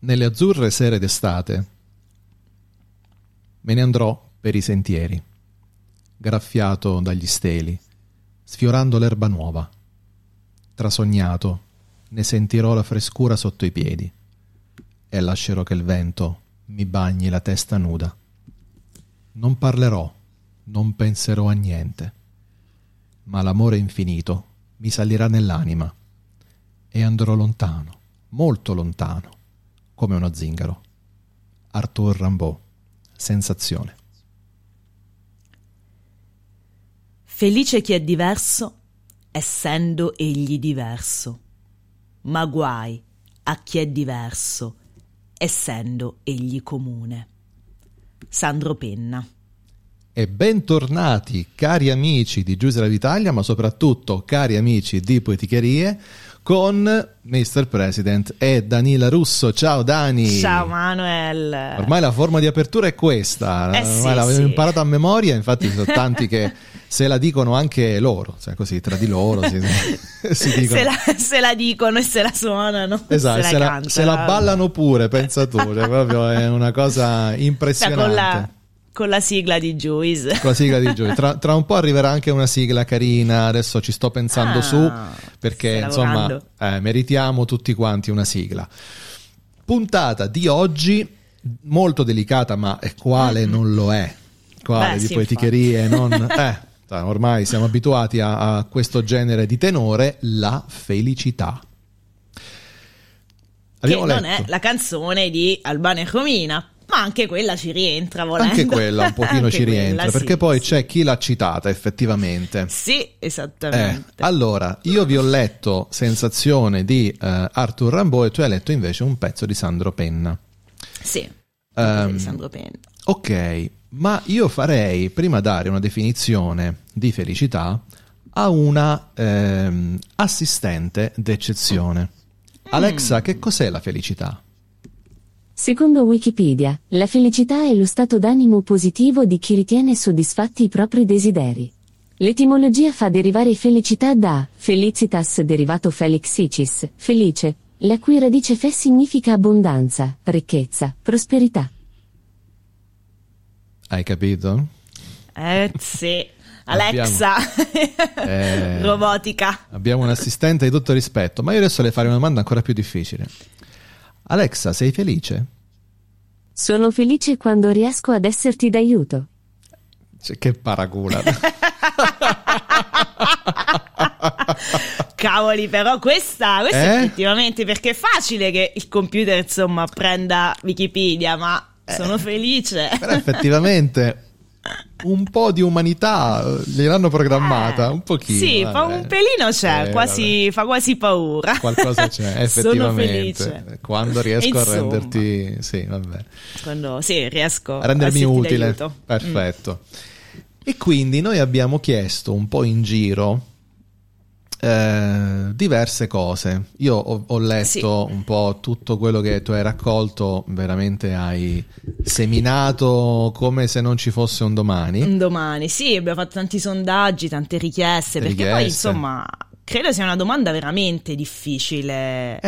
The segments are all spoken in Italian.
Nelle azzurre sere d'estate me ne andrò per i sentieri, graffiato dagli steli, sfiorando l'erba nuova. Trasognato, ne sentirò la frescura sotto i piedi e lascerò che il vento mi bagni la testa nuda. Non parlerò, non penserò a niente, ma l'amore infinito mi salirà nell'anima e andrò lontano, molto lontano, come uno zingaro. Arthur Rimbaud, Sensazione. Felice chi è diverso, essendo egli diverso, ma guai a chi è diverso, essendo egli comune. Sandro Penna. E bentornati cari amici di Giuse la Vitalia, ma soprattutto cari amici di Poeticherie, con Mr. President e Danila Russo. Ciao Dani! Ciao Manuel! Ormai la forma di apertura è questa, ormai l'avevo imparata a memoria, infatti sono tanti che se la dicono anche loro, cioè così tra di loro si dicono. Se la dicono e se la suonano, esatto, se la ballano pure, pensa tu, cioè proprio è una cosa impressionante. Con la sigla di Juice. Con la sigla di Juice. Tra un po' arriverà anche una sigla carina, adesso ci sto pensando su, perché insomma meritiamo tutti quanti una sigla. Puntata di oggi molto delicata, ma quale non lo è? Quale di sì, Poeticherie non... ormai siamo abituati a questo genere di tenore, la felicità. Abbiamo letto. Non è la canzone di Albano e Romina, ma anche quella ci rientra, volendo. Anche quella un pochino ci rientra, quella, perché poi c'è chi l'ha citata effettivamente. Sì, esattamente. Allora, io vi ho letto Sensazione di Arthur Rimbaud e tu hai letto invece un pezzo di Sandro Penna. Sì, di Sandro Penna. Ok, ma io farei prima dare una definizione di felicità a una assistente d'eccezione. Alexa, che cos'è la felicità? Secondo Wikipedia, la felicità è lo stato d'animo positivo di chi ritiene soddisfatti i propri desideri. L'etimologia fa derivare felicità da felicitas derivato felixicis, felice, la cui radice fe significa abbondanza, ricchezza, prosperità. Hai capito? Sì. Alexa, robotica. Abbiamo un assistente di tutto rispetto, ma io adesso le farei una domanda ancora più difficile. Alexa, sei felice? Sono felice quando riesco ad esserti d'aiuto. Che paracula. Cavoli, però questa effettivamente, perché è facile che il computer insomma prenda Wikipedia, ma sono felice. Però effettivamente un po' di umanità gliel'hanno programmata, un pochino. Sì, fa un pelino c'è, fa quasi paura. Qualcosa c'è, effettivamente. Sono felice. Quando riesco a renderti... Sì, vabbè. Quando riesco a rendermi utile. D'aiuto. Perfetto. E quindi noi abbiamo chiesto un po' in giro diverse cose. Io ho letto un po' tutto quello che tu hai raccolto, veramente hai seminato come se non ci fosse un domani. Un domani, sì, abbiamo fatto tanti sondaggi, tante richieste, perché poi insomma credo sia una domanda veramente difficile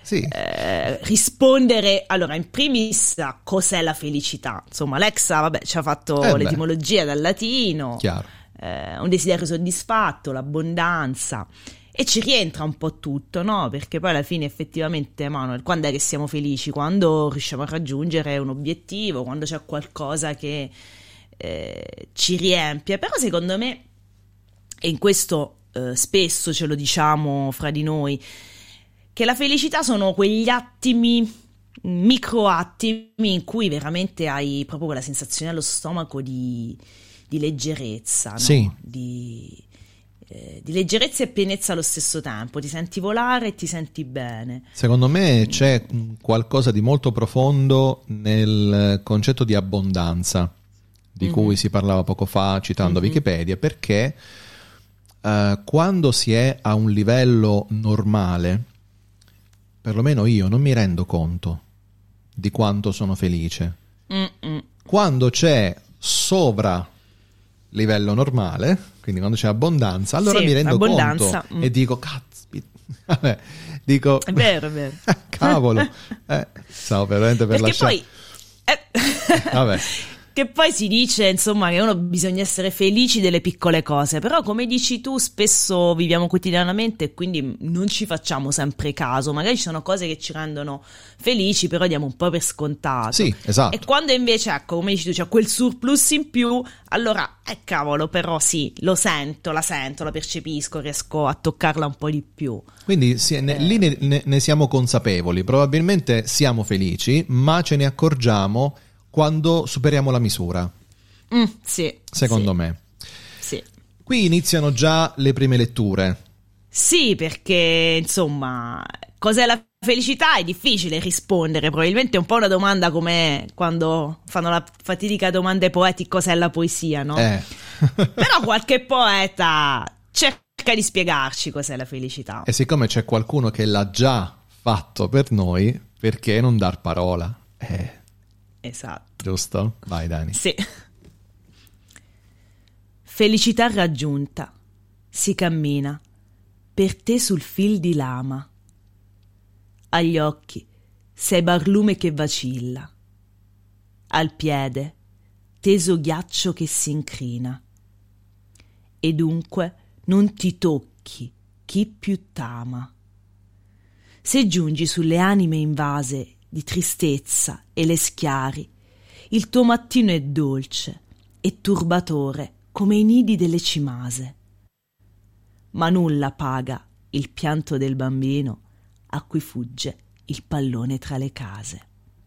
rispondere. Allora, in primis a cos'è la felicità. Insomma, Alexa ci ha fatto l'etimologia dal latino. Chiaro. Un desiderio soddisfatto, l'abbondanza, e ci rientra un po' tutto, no? Perché poi alla fine effettivamente, Manuel, quando è che siamo felici? Quando riusciamo a raggiungere un obiettivo, quando c'è qualcosa che ci riempie. Però secondo me, e in questo spesso ce lo diciamo fra di noi, che la felicità sono quegli attimi, micro attimi in cui veramente hai proprio quella sensazione allo stomaco di leggerezza, no? Sì. Di leggerezza e pienezza allo stesso tempo, ti senti volare e ti senti bene. Secondo me c'è qualcosa di molto profondo nel concetto di abbondanza di cui si parlava poco fa citando Wikipedia, perché quando si è a un livello normale, perlomeno io non mi rendo conto di quanto sono felice. Quando c'è sopra livello normale, quindi quando c'è abbondanza, allora mi rendo conto e dico, caspita, vabbè, dico, è vero. cavolo, stavo veramente per perché lasciare. Poi Vabbè. che poi si dice, insomma, che uno bisogna essere felici delle piccole cose, però come dici tu spesso viviamo quotidianamente e quindi non ci facciamo sempre caso, magari ci sono cose che ci rendono felici, però diamo un po' per scontato. Sì, esatto. E quando invece, ecco, come dici tu, c'è quel surplus in più, allora, cavolo, però sì, la sento, la percepisco, riesco a toccarla un po' di più. Quindi lì ne siamo consapevoli, probabilmente siamo felici, ma ce ne accorgiamo quando superiamo la misura. Sì. Secondo sì, me. Sì. Qui iniziano già le prime letture. Sì, perché insomma, cos'è la felicità? È difficile rispondere, probabilmente è un po' una domanda come quando fanno la fatidica domanda ai poeti, cos'è la poesia, no? Però qualche poeta cerca di spiegarci cos'è la felicità. E siccome c'è qualcuno che l'ha già fatto per noi, perché non dar parola? Esatto. Giusto? Vai Dani. Sì. Felicità raggiunta. Si cammina per te sul fil di lama. Agli occhi sei barlume che vacilla. Al piede teso ghiaccio che si incrina. E dunque non ti tocchi chi più t'ama. Se giungi sulle anime invase di tristezza e le schiari, il tuo mattino è dolce e turbatore come i nidi delle cimase. Ma nulla paga il pianto del bambino a cui fugge il pallone tra le case.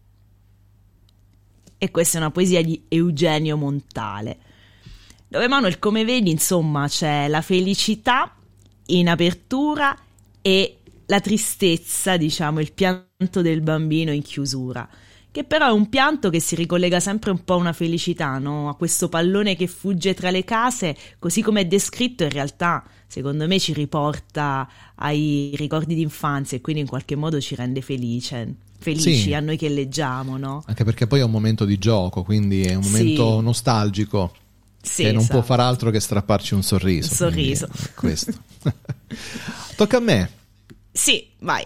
E questa è una poesia di Eugenio Montale, dove Manuel, come vedi, insomma, c'è la felicità in apertura e la tristezza, diciamo, il pianto del bambino in chiusura, che però è un pianto che si ricollega sempre un po' a una felicità, no? A questo pallone che fugge tra le case, così come è descritto, in realtà, secondo me, ci riporta ai ricordi d'infanzia e quindi in qualche modo ci rende felici Sì. a noi che leggiamo, no? Anche perché poi è un momento di gioco, quindi è un momento nostalgico, Sì, che non esatto. può far altro che strapparci un sorriso. Un sorriso. È questo. Tocca a me. Sì, vai.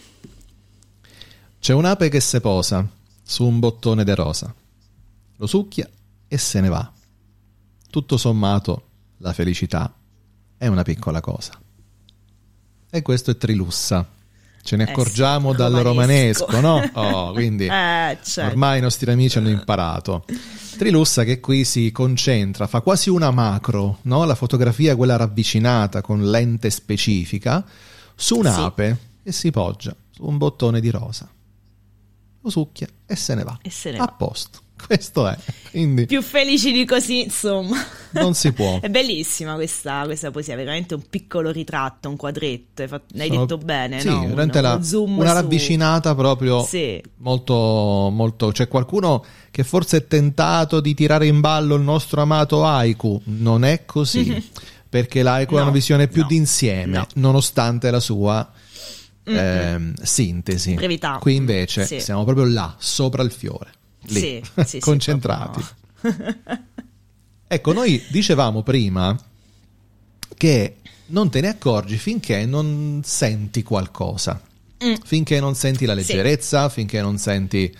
C'è un'ape che se posa su un bottone de rosa, lo succhia e se ne va. Tutto sommato, la felicità è una piccola cosa. E questo è Trilussa. Ce ne accorgiamo sì, dal romanesco. romanesco, no? Quindi certo. ormai i nostri amici hanno imparato. Trilussa che qui si concentra, fa quasi una macro, no? La fotografia quella ravvicinata con lente specifica su un'ape che si poggia su un bottone di rosa, lo succhia e se ne va. E se ne a va. posto. Questo è, quindi Più felici di così, insomma. non si può. È bellissima questa poesia, veramente un piccolo ritratto, un quadretto. L'hai Sono- detto bene, sì, no? veramente Uno zoom una su- ravvicinata proprio Sì. molto, molto. C'è qualcuno che forse è tentato di tirare in ballo il nostro amato haiku. Non è così, perché l'haiku ha No, una visione più no, d'insieme, no. nonostante la sua sintesi. Brevità. Qui invece Sì. siamo proprio là, sopra il fiore, lì, Sì, sì, concentrati. proprio. Ecco, noi dicevamo prima che non te ne accorgi finché non senti qualcosa, finché non senti la leggerezza, finché non senti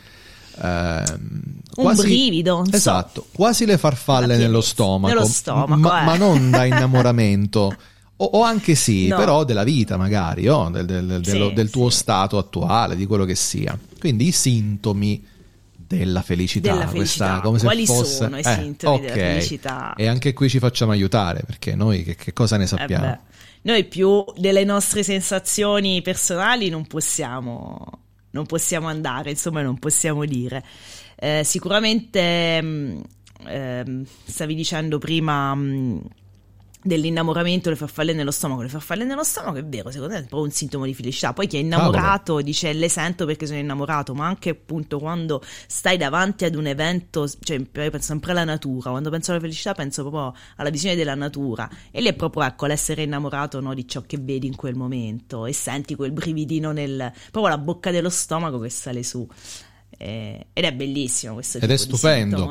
Un brivido, non so. esatto, quasi le farfalle Una nello pienezza. stomaco, Nello stomaco, ma non da innamoramento. O anche sì, No. però della vita magari, del tuo sì. stato attuale, di quello che sia. Quindi i sintomi della felicità, Della felicità. questa come se Quali fosse sono i sintomi della ok. felicità? E anche qui ci facciamo aiutare, perché noi che cosa ne sappiamo? Beh, noi più delle nostre sensazioni personali non possiamo andare, insomma, non possiamo dire. Sicuramente stavi dicendo prima dell'innamoramento, le farfalle nello stomaco. Le farfalle nello stomaco è vero, secondo me è proprio un sintomo di felicità. Poi chi è innamorato dice le sento perché sono innamorato, ma anche appunto quando stai davanti ad un evento, cioè io penso sempre alla natura, quando penso alla felicità penso proprio alla visione della natura, e lì è proprio, ecco, l'essere innamorato, no, di ciò che vedi in quel momento e senti quel brividino proprio la bocca dello stomaco che sale su. Ed è bellissimo questo Ed tipo è stupendo. di sintomo, no?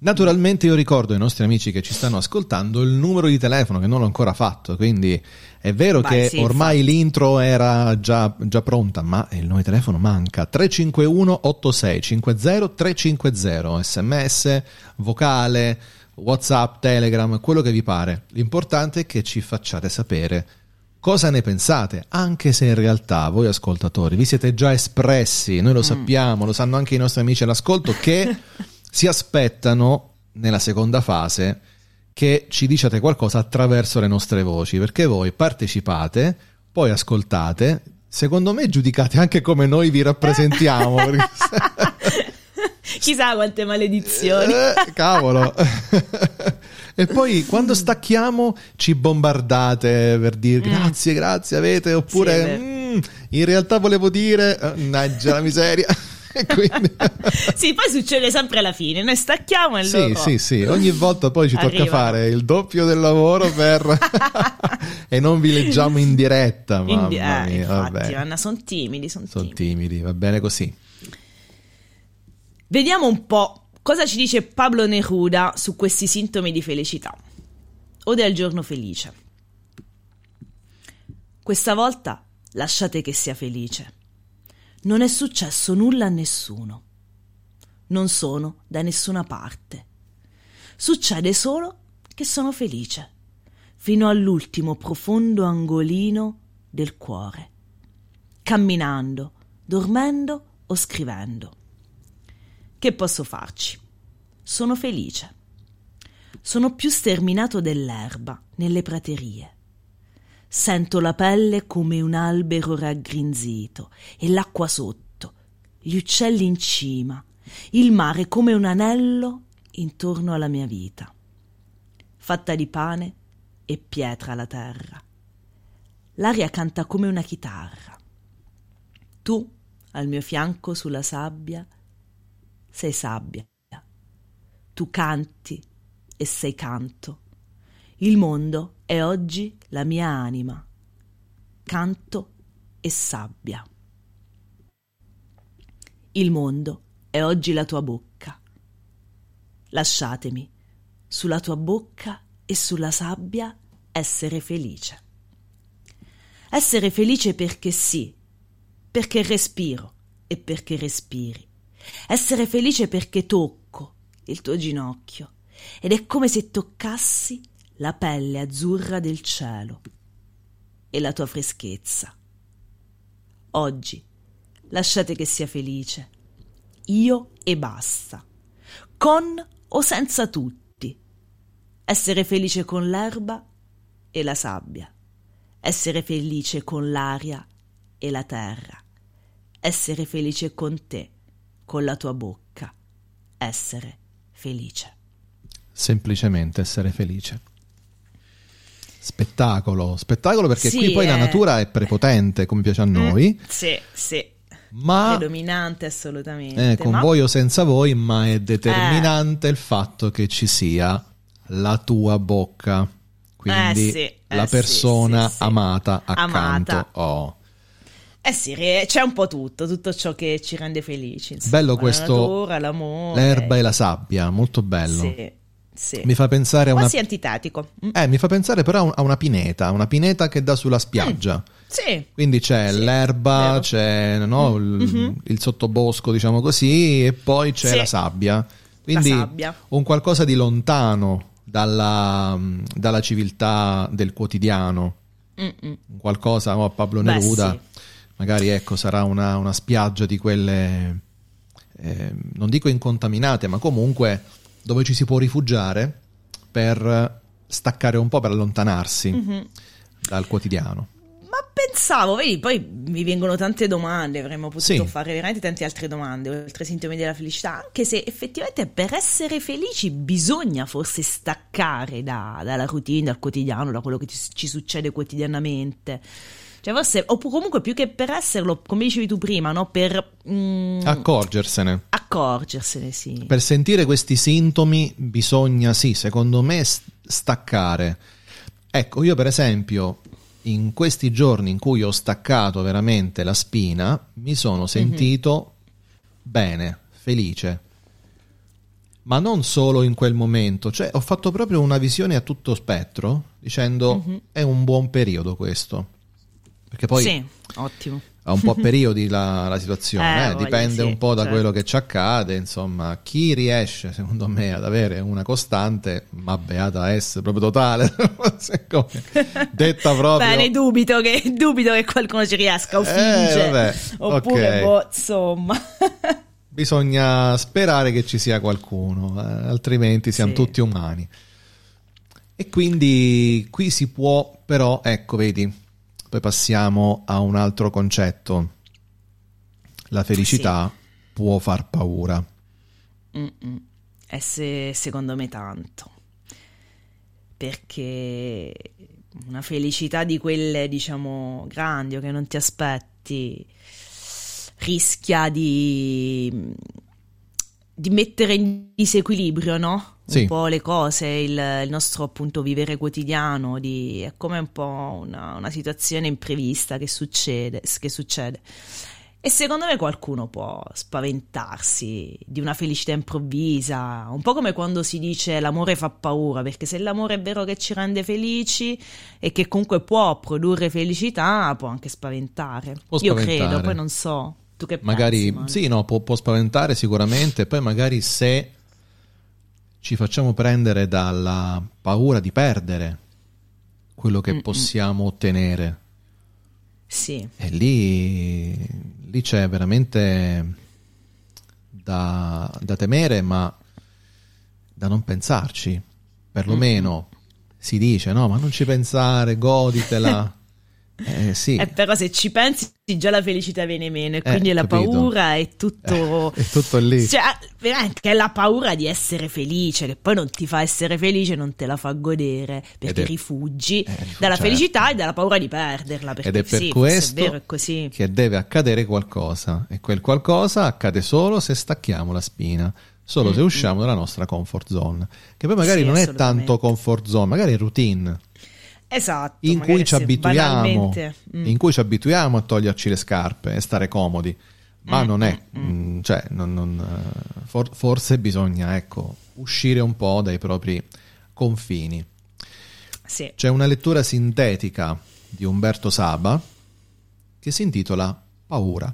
Naturalmente io ricordo ai nostri amici che ci stanno ascoltando il numero di telefono, che non l'ho ancora fatto, quindi è vero che sì, ormai infatti. l'intro era già pronta, ma il numero di telefono manca. 351 8650 350, sms, vocale, WhatsApp, Telegram, quello che vi pare. L'importante è che ci facciate sapere cosa ne pensate, anche se in realtà voi ascoltatori vi siete già espressi, noi lo sappiamo, lo sanno anche i nostri amici all'ascolto, che si aspettano nella seconda fase che ci diciate qualcosa attraverso le nostre voci, perché voi partecipate, poi ascoltate, secondo me giudicate anche come noi vi rappresentiamo. Perché... Chissà quante maledizioni. Cavolo. E poi quando stacchiamo ci bombardate per dire grazie avete, oppure in realtà volevo dire mannaggia la miseria. E quindi... sì, poi succede sempre alla fine, noi stacchiamo e loro... sì, ogni volta poi ci tocca arrivano. fare il doppio del lavoro per e non vi leggiamo in diretta, mamma mia, infatti, vabbè. sono timidi, Sono timidi, va bene così. Vediamo un po' cosa ci dice Pablo Neruda su questi sintomi di felicità. Ode al giorno felice. Questa volta lasciate che sia felice. Non è successo nulla a nessuno. Non sono da nessuna parte. Succede solo che sono felice, fino all'ultimo profondo angolino del cuore, camminando, dormendo o scrivendo. Che posso farci? Sono felice. Sono più sterminato dell'erba nelle praterie. Sento la pelle come un albero raggrinzito e l'acqua sotto, gli uccelli in cima, il mare come un anello intorno alla mia vita. Fatta di pane e pietra la terra. L'aria canta come una chitarra. Tu, al mio fianco sulla sabbia, sei sabbia. Tu canti e sei canto. Il mondo è oggi la mia anima, canto e sabbia. Il mondo è oggi la tua bocca. Lasciatemi, sulla tua bocca e sulla sabbia, essere felice. Essere felice perché sì, perché respiro e perché respiri. Essere felice perché tocco il tuo ginocchio ed è come se toccassi la pelle azzurra del cielo e la tua freschezza. Oggi lasciate che sia felice, io e basta, con o senza tutti. Essere felice con l'erba e la sabbia, essere felice con l'aria e la terra, essere felice con te, con la tua bocca, essere felice. Semplicemente essere felice. Spettacolo perché sì, qui poi la natura è prepotente come piace a noi. Sì, ma predominante assolutamente. con voi o senza voi, ma è determinante il fatto che ci sia la tua bocca, quindi la persona sì. amata accanto. Oh. Sì, c'è un po' tutto ciò che ci rende felici, insomma. Bello questo, la natura, l'amore, l'erba e la sabbia, molto bello. Sì. Mi fa pensare a una... quasi antitetico. Mi fa pensare però a una pineta che dà sulla spiaggia. Sì. Quindi c'è l'erba, vero. c'è il sottobosco, diciamo così, e poi c'è la sabbia. Quindi la sabbia. Un qualcosa di lontano dalla civiltà del quotidiano. Qualcosa, Pablo Neruda, magari ecco, sarà una spiaggia di quelle, non dico incontaminate, ma comunque dove ci si può rifugiare per staccare un po', per allontanarsi dal quotidiano. Ma pensavo, vedi, poi mi vengono tante domande, avremmo potuto fare veramente tante altre domande, oltre ai sintomi della felicità, anche se effettivamente per essere felici bisogna forse staccare dalla routine, dal quotidiano, da quello che ci succede quotidianamente. Cioè forse, o comunque più che per esserlo, come dicevi tu prima, no? Per accorgersene, sì. Per sentire questi sintomi bisogna, secondo me, staccare. Ecco, io per esempio, in questi giorni in cui ho staccato veramente la spina, mi sono sentito bene, felice. ma non solo in quel momento, cioè ho fatto proprio una visione a tutto spettro, dicendo è un buon periodo questo, perché poi Sì, ottimo. ha un po' a periodi la situazione, dipende sì, un po' da certo. quello che ci accade, insomma, chi riesce secondo me ad avere una costante, ma beata essere proprio totale, detta proprio. Bene, dubito che qualcuno ci riesca o finge, vabbè, oppure ok. insomma. Bisogna sperare che ci sia qualcuno, altrimenti siamo Sì. tutti umani. E quindi qui si può, però, ecco, vedi, poi passiamo a un altro concetto. La felicità può far paura. Secondo me tanto, perché una felicità di quelle, diciamo, grandi o che non ti aspetti rischia di mettere in disequilibrio, no? Un Sì. po' le cose, il nostro appunto vivere quotidiano, è come un po' una situazione imprevista che succede. E secondo me qualcuno può spaventarsi di una felicità improvvisa, un po' come quando si dice l'amore fa paura, perché se l'amore è vero che ci rende felici e che comunque può produrre felicità, può anche spaventare. Può Io spaventare. credo, poi non so, tu che Magari, pensi? Manu? sì, no, può spaventare sicuramente, poi magari se ci facciamo prendere dalla paura di perdere quello che possiamo ottenere, Sì, e lì c'è veramente da temere, ma da non pensarci. Perlomeno si dice, no, ma non ci pensare, goditela. Sì. Però se ci pensi già la felicità viene meno e quindi la capito. paura è tutto... È tutto lì. Cioè, veramente è la paura di essere felice, che poi non ti fa essere felice, non te la fa godere, perché Ed è- rifugi rifu- dalla certo. felicità e dalla paura di perderla, perché Ed è per sì, questo è vero, è così. che deve accadere qualcosa, e quel qualcosa accade solo se stacchiamo la spina, solo se usciamo dalla nostra comfort zone, che poi magari Sì, non è assolutamente. tanto comfort zone, magari è routine Esatto. in magari cui ci se abituiamo, banalmente, in cui ci abituiamo a toglierci le scarpe e stare comodi, ma non è, cioè, forse bisogna, ecco, uscire un po' dai propri confini. sì. C'è una lettura sintetica di Umberto Saba che si intitola Paura.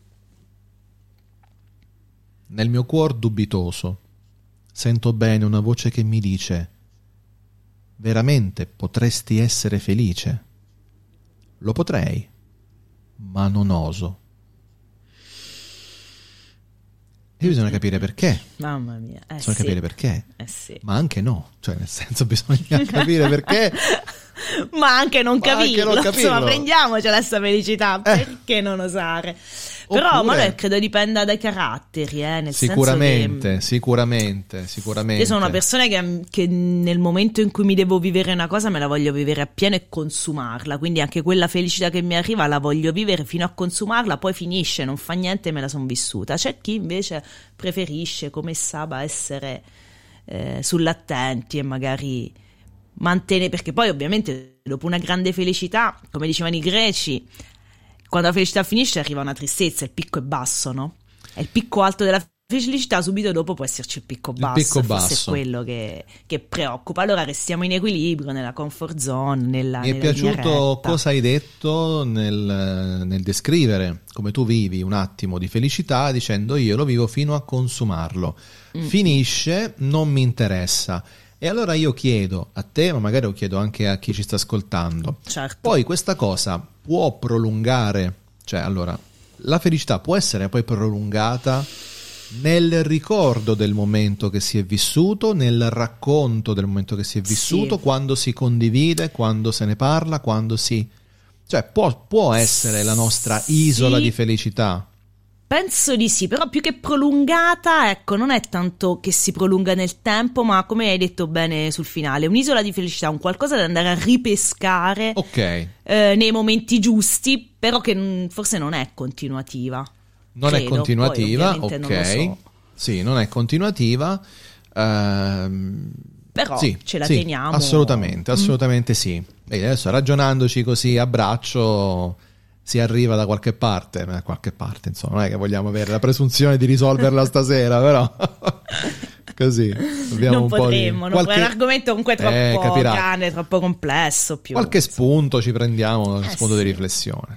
Nel mio cuor dubitoso sento bene una voce che mi dice: veramente potresti essere felice? Lo potrei, ma non oso. E bisogna capire perché. Mamma mia. Bisogna Sì. capire perché. Sì. Ma anche no, cioè nel senso bisogna capire perché. Ma anche non Ma anche capirlo, non capirlo. insomma, prendiamocela sta felicità, perché non osare? Però Oppure- ma credo dipenda dai caratteri, nel Sicuramente, senso sicuramente. che io sono una persona che nel momento in cui mi devo vivere una cosa me la voglio vivere appieno e consumarla, quindi anche quella felicità che mi arriva la voglio vivere fino a consumarla, poi finisce, non fa niente e me la son vissuta. C'è chi invece preferisce, come Saba, essere sull'attenti e magari mantenere, perché poi ovviamente dopo una grande felicità, come dicevano i greci, quando la felicità finisce arriva una tristezza, il picco è basso, no? È il picco alto della felicità, subito dopo può esserci il picco basso, picco forse basso. è quello che preoccupa. Allora restiamo in equilibrio, nella comfort zone, Mi è nella linea piaciuto retta. cosa hai detto nel descrivere come tu vivi un attimo di felicità, dicendo io lo vivo fino a consumarlo. Finisce, non mi interessa. E allora io chiedo a te, ma magari lo chiedo anche a chi ci sta ascoltando, Certo. poi questa cosa può prolungare, cioè allora la felicità può essere poi prolungata nel ricordo del momento che si è vissuto, nel racconto del momento che si è vissuto, Sì. quando si condivide, quando se ne parla, quando si... cioè può essere la nostra isola Sì. di felicità. Penso di sì, però più che prolungata, ecco, non è tanto che si prolunga nel tempo, ma come hai detto bene sul finale, un'isola di felicità, un qualcosa da andare a ripescare Ok, nei momenti giusti, però che forse non è continuativa. non è Credo, continuativa, poi ovviamente ok, non lo so. sì, non è continuativa, Però sì, ce la sì, teniamo. assolutamente sì. E adesso ragionandoci così a braccio si arriva da qualche parte, insomma, non è che vogliamo avere la presunzione di risolverla stasera, però Così abbiamo non un potremmo, po' di... è un argomento comunque troppo grande, troppo complesso. Qualche spunto ci prendiamo, spunto di riflessione.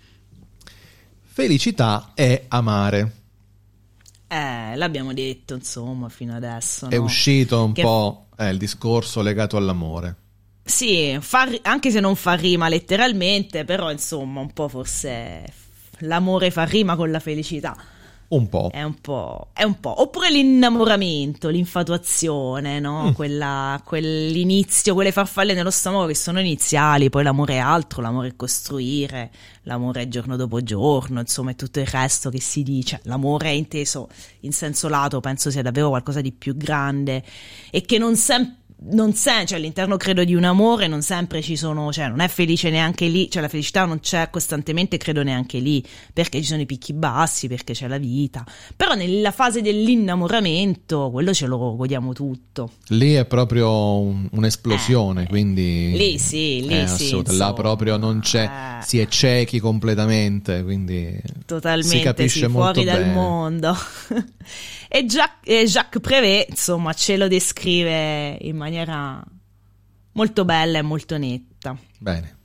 Felicità è amare. L'abbiamo detto, insomma, fino adesso. È uscito un po' il discorso legato all'amore. Sì, anche se non fa rima letteralmente, però insomma un po' forse l'amore fa rima con la felicità. Un po'. È un po'. Oppure l'innamoramento, l'infatuazione, no? Quell'inizio, quelle farfalle nello stomaco che sono iniziali, poi l'amore è altro, l'amore è costruire, l'amore è giorno dopo giorno, insomma, è tutto il resto che si dice. L'amore è inteso in senso lato, penso sia davvero qualcosa di più grande e che cioè all'interno credo di un amore non sempre ci sono, cioè non è felice neanche lì, cioè la felicità non c'è costantemente credo neanche lì, perché ci sono i picchi bassi, perché c'è la vita, però nella fase dell'innamoramento quello ce lo godiamo tutto. Lì è proprio un'esplosione, quindi lì sì, là proprio non c'è, si è ciechi completamente, quindi totalmente si capisce molto fuori bene dal mondo. E Jacques Prévert, insomma, ce lo descrive in maniera molto bella e molto netta. Bene.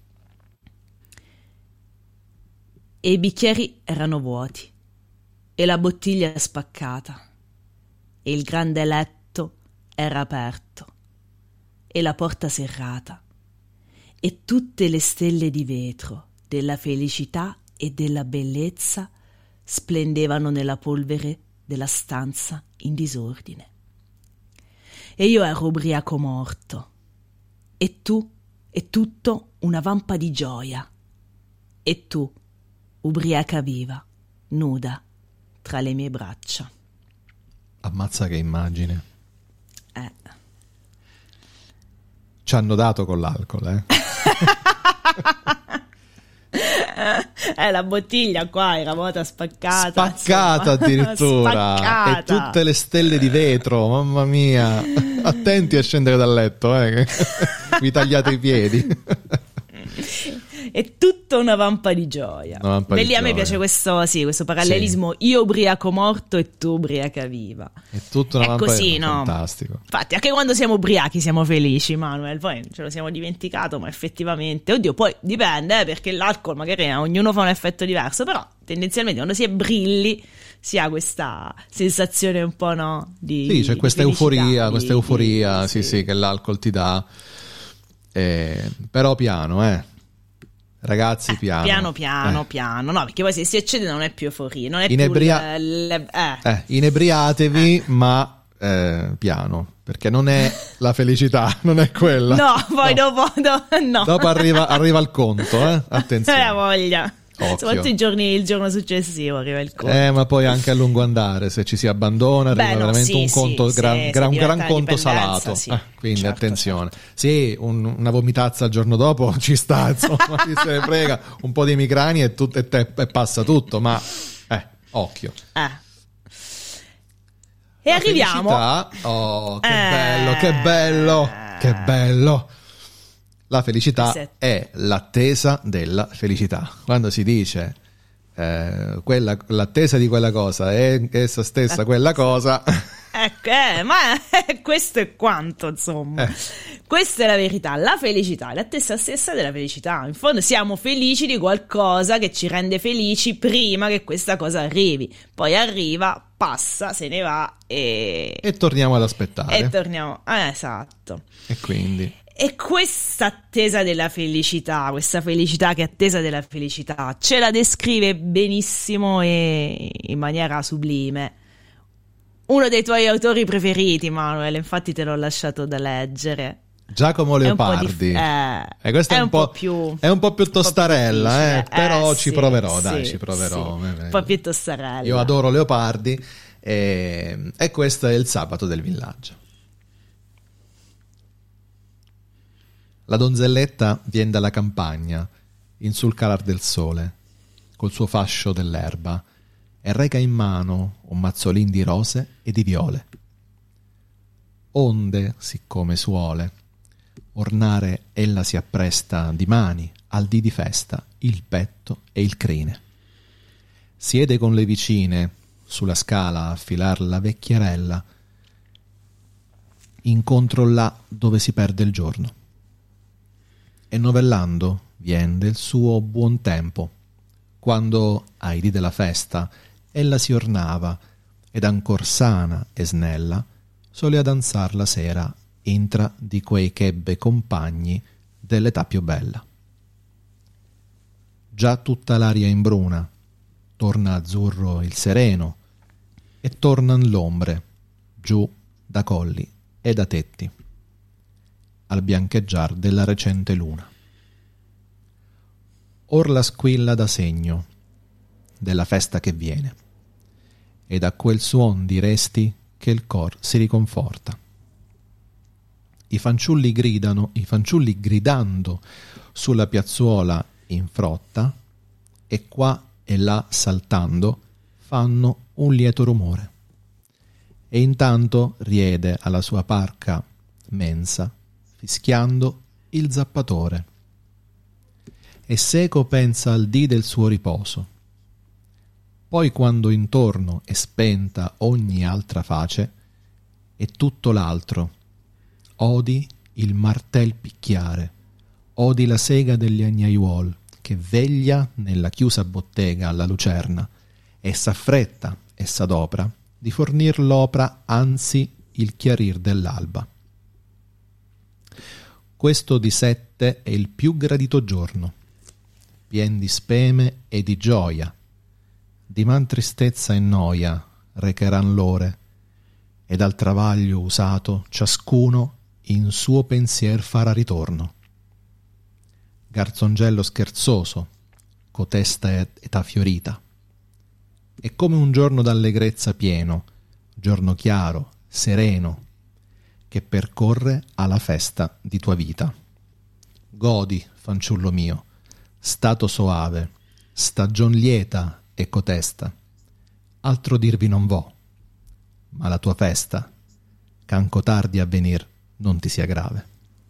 E i bicchieri erano vuoti, e la bottiglia spaccata, e il grande letto era aperto, e la porta serrata, e tutte le stelle di vetro della felicità e della bellezza splendevano nella polvere della stanza in disordine. E io ero ubriaco morto, e tu, e tutto una vampa di gioia, e tu, ubriaca viva, nuda, tra le mie braccia. Ammazza che immagine. Ci hanno dato con l'alcol, La bottiglia qua era vuota, spaccata addirittura spaccata. E tutte le stelle di vetro, mamma mia, attenti a scendere dal letto, che vi tagliate i piedi. È tutta una vampa di gioia. Lì a me piace questo parallelismo, io ubriaco morto e tu ubriaca viva. È tutta una vampa così, no? Fantastico. Infatti anche quando siamo ubriachi siamo felici, Manuel, poi ce lo siamo dimenticato, ma effettivamente, oddio, poi dipende, perché l'alcol magari ognuno fa un effetto diverso, però tendenzialmente quando si è brilli si ha questa sensazione un po', no? Sì, c'è questa euforia, sì, che l'alcol ti dà. Però piano, ragazzi, piano, no, perché poi se si eccede non è più euforia, non è inebriatevi, ma piano, perché non è la felicità, non è quella. No, poi dopo no. Dopo arriva il conto, attenzione. Voglia. Soprattutto il giorno successivo arriva il conto. Ma poi anche a lungo andare, se ci si abbona arriva veramente un conto, un gran conto salato. Quindi certo, attenzione. Certo. Sì, una vomitazza il giorno dopo ci sta, insomma, chi se ne frega, un po' di emicrani e passa tutto, ma occhio. E la arriviamo. Felicità. Oh, che bello. La felicità è l'attesa della felicità. Quando si dice l'attesa di quella cosa è essa stessa quella cosa. Ma questo è quanto, insomma. Questa è la verità. La felicità è l'attesa stessa della felicità. In fondo siamo felici di qualcosa che ci rende felici prima che questa cosa arrivi. Poi arriva, passa, se ne va e torniamo ad aspettare. Esatto. E quindi... E questa attesa della felicità, questa felicità che è attesa della felicità, ce la descrive benissimo e in maniera sublime uno dei tuoi autori preferiti, Manuel, infatti te l'ho lasciato da leggere. Giacomo Leopardi. Questo è un po' più tostarella, però ci proverò, ci proverò. Un po' più tostarella. Io adoro Leopardi e questo è il sabato del villaggio. La donzelletta vien dalla campagna, in sul calar del sole, col suo fascio dell'erba, e reca in mano un mazzolin di rose e di viole. Onde, siccome suole, ornare ella si appresta di mani, al dì di festa, il petto e il crine. Siede con le vicine, sulla scala a filar la vecchierella, incontro là dove si perde il giorno. E novellando vien del suo buon tempo, quando ai dì della festa ella si ornava ed ancor sana e snella solea danzar la sera intra di quei ch'ebbe compagni dell'età più bella. Già tutta l'aria imbruna, torna azzurro il sereno e tornan l'ombre giù da colli e da tetti al biancheggiar della recente luna. Or la squilla dà segno della festa che viene, ed a quel suon diresti che il cor si riconforta. I fanciulli gridando sulla piazzuola in frotta, e qua e là saltando fanno un lieto rumore. E intanto riede alla sua parca mensa, fischiando il zappatore. E seco pensa al dì del suo riposo. Poi quando intorno è spenta ogni altra face, e tutto l'altro, odi il martel picchiare, odi la sega degli agnaiuol che veglia nella chiusa bottega alla lucerna, e s'affretta e s'adopra di fornir l'opra anzi il chiarir dell'alba. Questo di sette è il più gradito giorno, pien di speme e di gioia, di man tristezza e noia recheran l'ore, ed al travaglio usato ciascuno in suo pensier farà ritorno. Garzongello scherzoso, cotesta età fiorita, è come un giorno d'allegrezza pieno, giorno chiaro, sereno, che percorre alla festa di tua vita. Godi, fanciullo mio, stato soave, stagion lieta e cotesta. Altro dirvi non vo, ma la tua festa, ch'anco tardi a venir, non ti sia grave.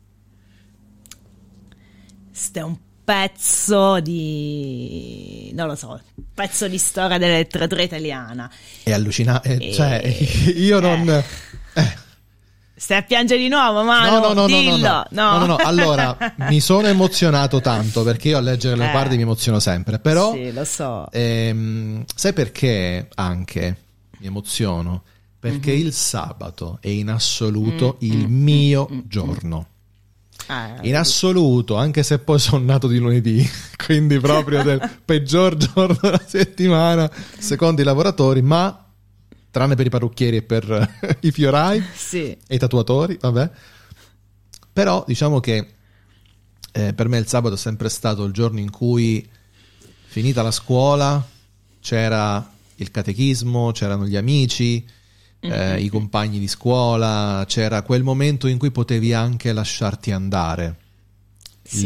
Questo è un pezzo di, non lo so, un pezzo di storia della letteratura italiana. È allucinante, cioè io non... Stai a piangere di nuovo, Manu? No, dillo. No. Allora, mi sono emozionato tanto, perché io a leggere Leopardi mi emoziono sempre, però... Sì, lo so. Sai perché anche mi emoziono? Perché il sabato è in assoluto il mio giorno. In assoluto, anche se poi sono nato di lunedì, quindi proprio del peggior giorno della settimana, secondo i lavoratori, ma tranne per i parrucchieri e per i fiorai e i tatuatori, vabbè. Però diciamo che per me il sabato è sempre stato il giorno in cui, finita la scuola, c'era il catechismo, c'erano gli amici, i compagni di scuola, c'era quel momento in cui potevi anche lasciarti andare. Il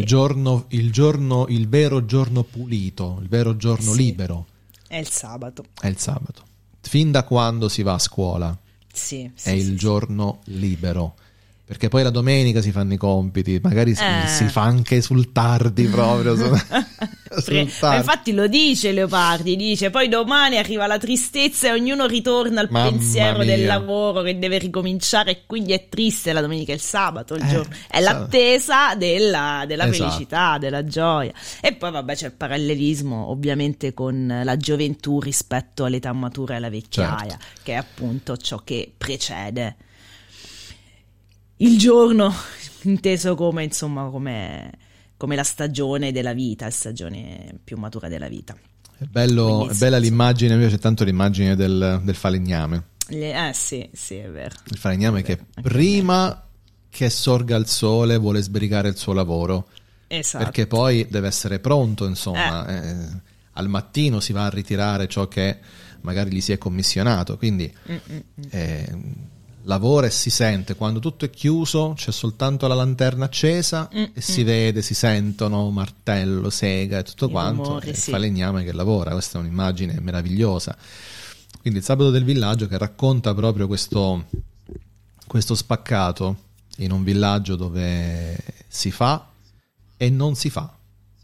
vero giorno pulito, il vero giorno libero è il sabato. Fin da quando si va a scuola è il giorno libero, perché poi la domenica si fanno i compiti, magari si fa anche sul tardi proprio. Ma infatti lo dice Leopardi, dice poi domani arriva la tristezza e ognuno ritorna al pensiero del lavoro che deve ricominciare, e quindi è triste la domenica e il sabato, il giorno. È l'attesa della felicità, della gioia. E poi vabbè c'è il parallelismo ovviamente con la gioventù rispetto all'età matura e alla vecchiaia, che è appunto ciò che precede il giorno, inteso come insomma come la stagione della vita, la stagione più matura della vita. È bella l'immagine, a me piace tanto l'immagine del falegname. Sì, è vero. Il falegname che prima che sorga il sole vuole sbrigare il suo lavoro. Esatto. Perché poi deve essere pronto, insomma. Al mattino si va a ritirare ciò che magari gli si è commissionato, quindi lavora e si sente. Quando tutto è chiuso c'è soltanto la lanterna accesa e si vede, si sentono martello, sega e tutto quanto, rumori, il falegname che lavora. Questa è un'immagine meravigliosa. Quindi il sabato del villaggio, che racconta proprio questo spaccato in un villaggio dove si fa e non si fa.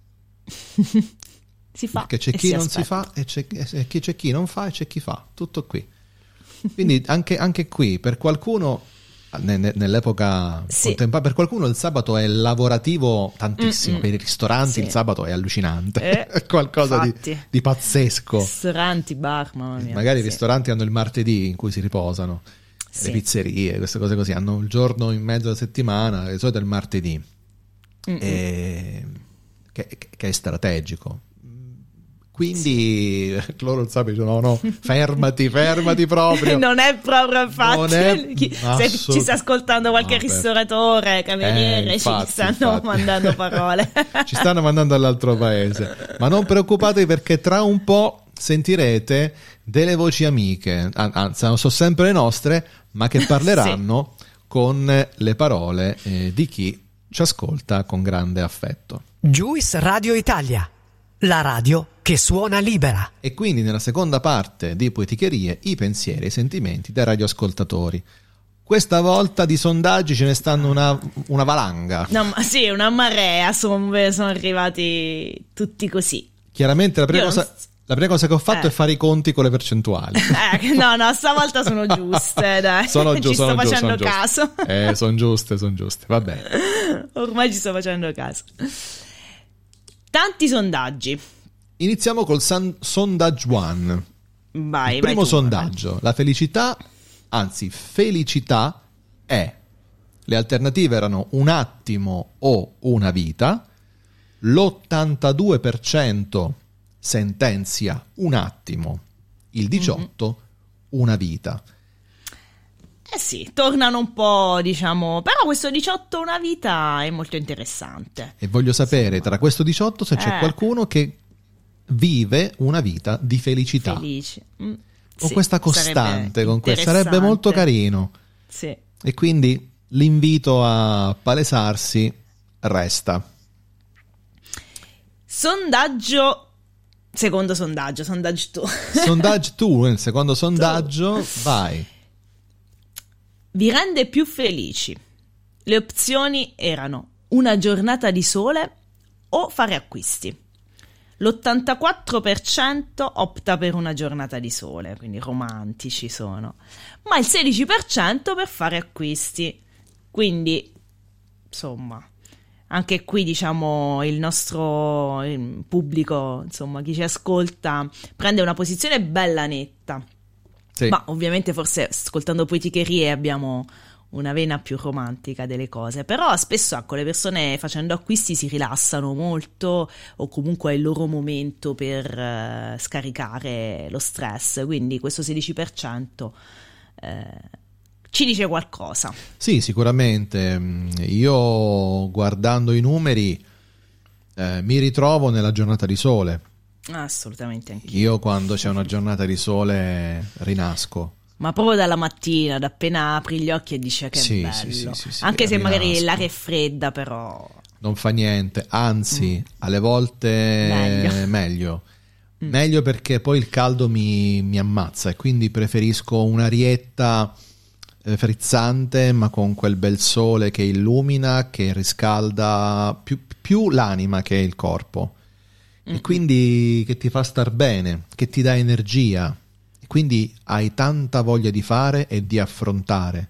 Si fa, perché c'è chi non si fa e c'è chi non fa e c'è chi fa, tutto qui. Quindi anche qui per qualcuno nell'epoca contemporanea. Per qualcuno il sabato è lavorativo tantissimo, per i ristoranti il sabato è allucinante, è qualcosa di pazzesco. Ristoranti, bar, mamma mia. Magari i ristoranti hanno il martedì in cui si riposano, le pizzerie, queste cose così, hanno il giorno in mezzo alla settimana, di solito è il martedì, che è strategico. Quindi loro dicono no, fermati proprio. Non è proprio infatti. Se ci sta ascoltando qualche ristoratore, cameriere, ci stanno mandando parole. Ci stanno mandando all'altro paese. Ma non preoccupatevi, perché tra un po' sentirete delle voci amiche, anzi sono sempre le nostre, ma che parleranno con le parole di chi ci ascolta con grande affetto. Juice Radio Italia, la radio che suona libera. E quindi nella seconda parte di Poeticherie, i pensieri e i sentimenti dei radioascoltatori. Questa volta di sondaggi ce ne stanno una valanga. No, sì, una marea, sono arrivati tutti così. Chiaramente la prima cosa che ho fatto è fare i conti con le percentuali. No, stavolta sono giuste, dai. Ci sto facendo caso. Sono giuste, va bene. Ormai ci sto facendo caso. Tanti sondaggi. Iniziamo col sondage one. Vai, il primo tu, sondaggio. La felicità è. Le alternative erano un attimo o una vita. L'82% sentenzia un attimo, il 18% una vita. Sì, tornano un po', diciamo, però questo 18 una vita è molto interessante. E voglio sapere tra questo 18 se c'è qualcuno che vive una vita di felicità. Felice. Con questa costante, sarebbe molto carino. Sì. E quindi l'invito a palesarsi resta. Secondo sondaggio tu. Sondage tu, il secondo sondaggio, vai. Vi rende più felici? Le opzioni erano una giornata di sole o fare acquisti. L'84% opta per una giornata di sole, quindi romantici sono, ma il 16% per fare acquisti. Quindi, insomma, anche qui diciamo il nostro pubblico, insomma, chi ci ascolta, prende una posizione bella netta. Sì. Ma ovviamente forse ascoltando Poeticherie abbiamo una vena più romantica delle cose, però spesso ecco, le persone facendo acquisti si rilassano molto o comunque è il loro momento per scaricare lo stress, quindi questo 16% ci dice qualcosa. Sì, sicuramente. Io guardando i numeri mi ritrovo nella giornata di sole. Assolutamente anch'io. Io quando c'è una giornata di sole rinasco. Ma proprio dalla mattina, da appena apri gli occhi e dici che è bello. Sì, anche se rinasco. Magari l'aria è fredda, però non fa niente, anzi alle volte meglio. Meglio perché poi il caldo mi ammazza e quindi preferisco un'arietta frizzante ma con quel bel sole che illumina, che riscalda più l'anima che il corpo. E quindi che ti fa star bene, che ti dà energia, e quindi hai tanta voglia di fare e di affrontare.